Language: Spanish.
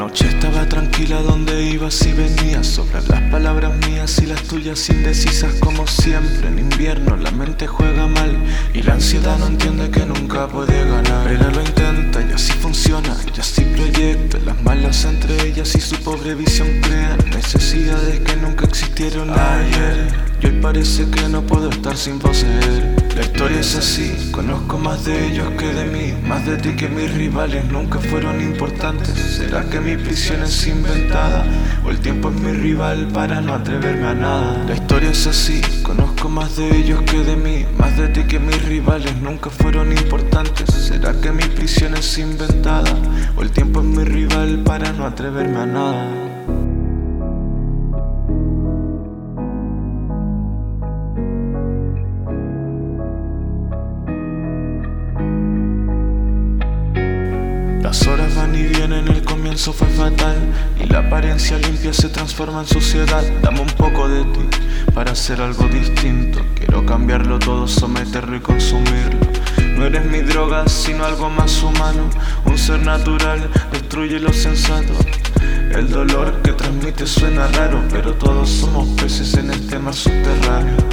Noche estaba tranquila donde ibas y venías. Sobran las palabras mías y las tuyas indecisas como siempre. En invierno la mente juega mal y la ansiedad no entiende que nunca puede ganar. Pero lo intenta y así funciona y así proyecta. Las malas entre ellas y su pobre visión crean necesidades que nunca existieron ayer. Y hoy parece que no puedo estar sin poseer. La historia es así, conozco más de ellos que de mí, más de ti que mis rivales nunca fueron importantes. ¿Será que mi prisión es inventada? ¿O el tiempo es mi rival para no atreverme a nada? La historia es así, conozco más de ellos que de mí, más de ti que mis rivales nunca fueron importantes. ¿Será que mi prisión es inventada? ¿O el tiempo es mi rival para no atreverme a nada? Las horas van y vienen, el comienzo fue fatal y la apariencia limpia se transforma en suciedad. Dame un poco de ti para hacer algo distinto. Quiero cambiarlo todo, someterlo y consumirlo. No eres mi droga, sino algo más humano. Un ser natural destruye lo sensato. El dolor que transmite suena raro, pero todos somos peces en este mar subterráneo.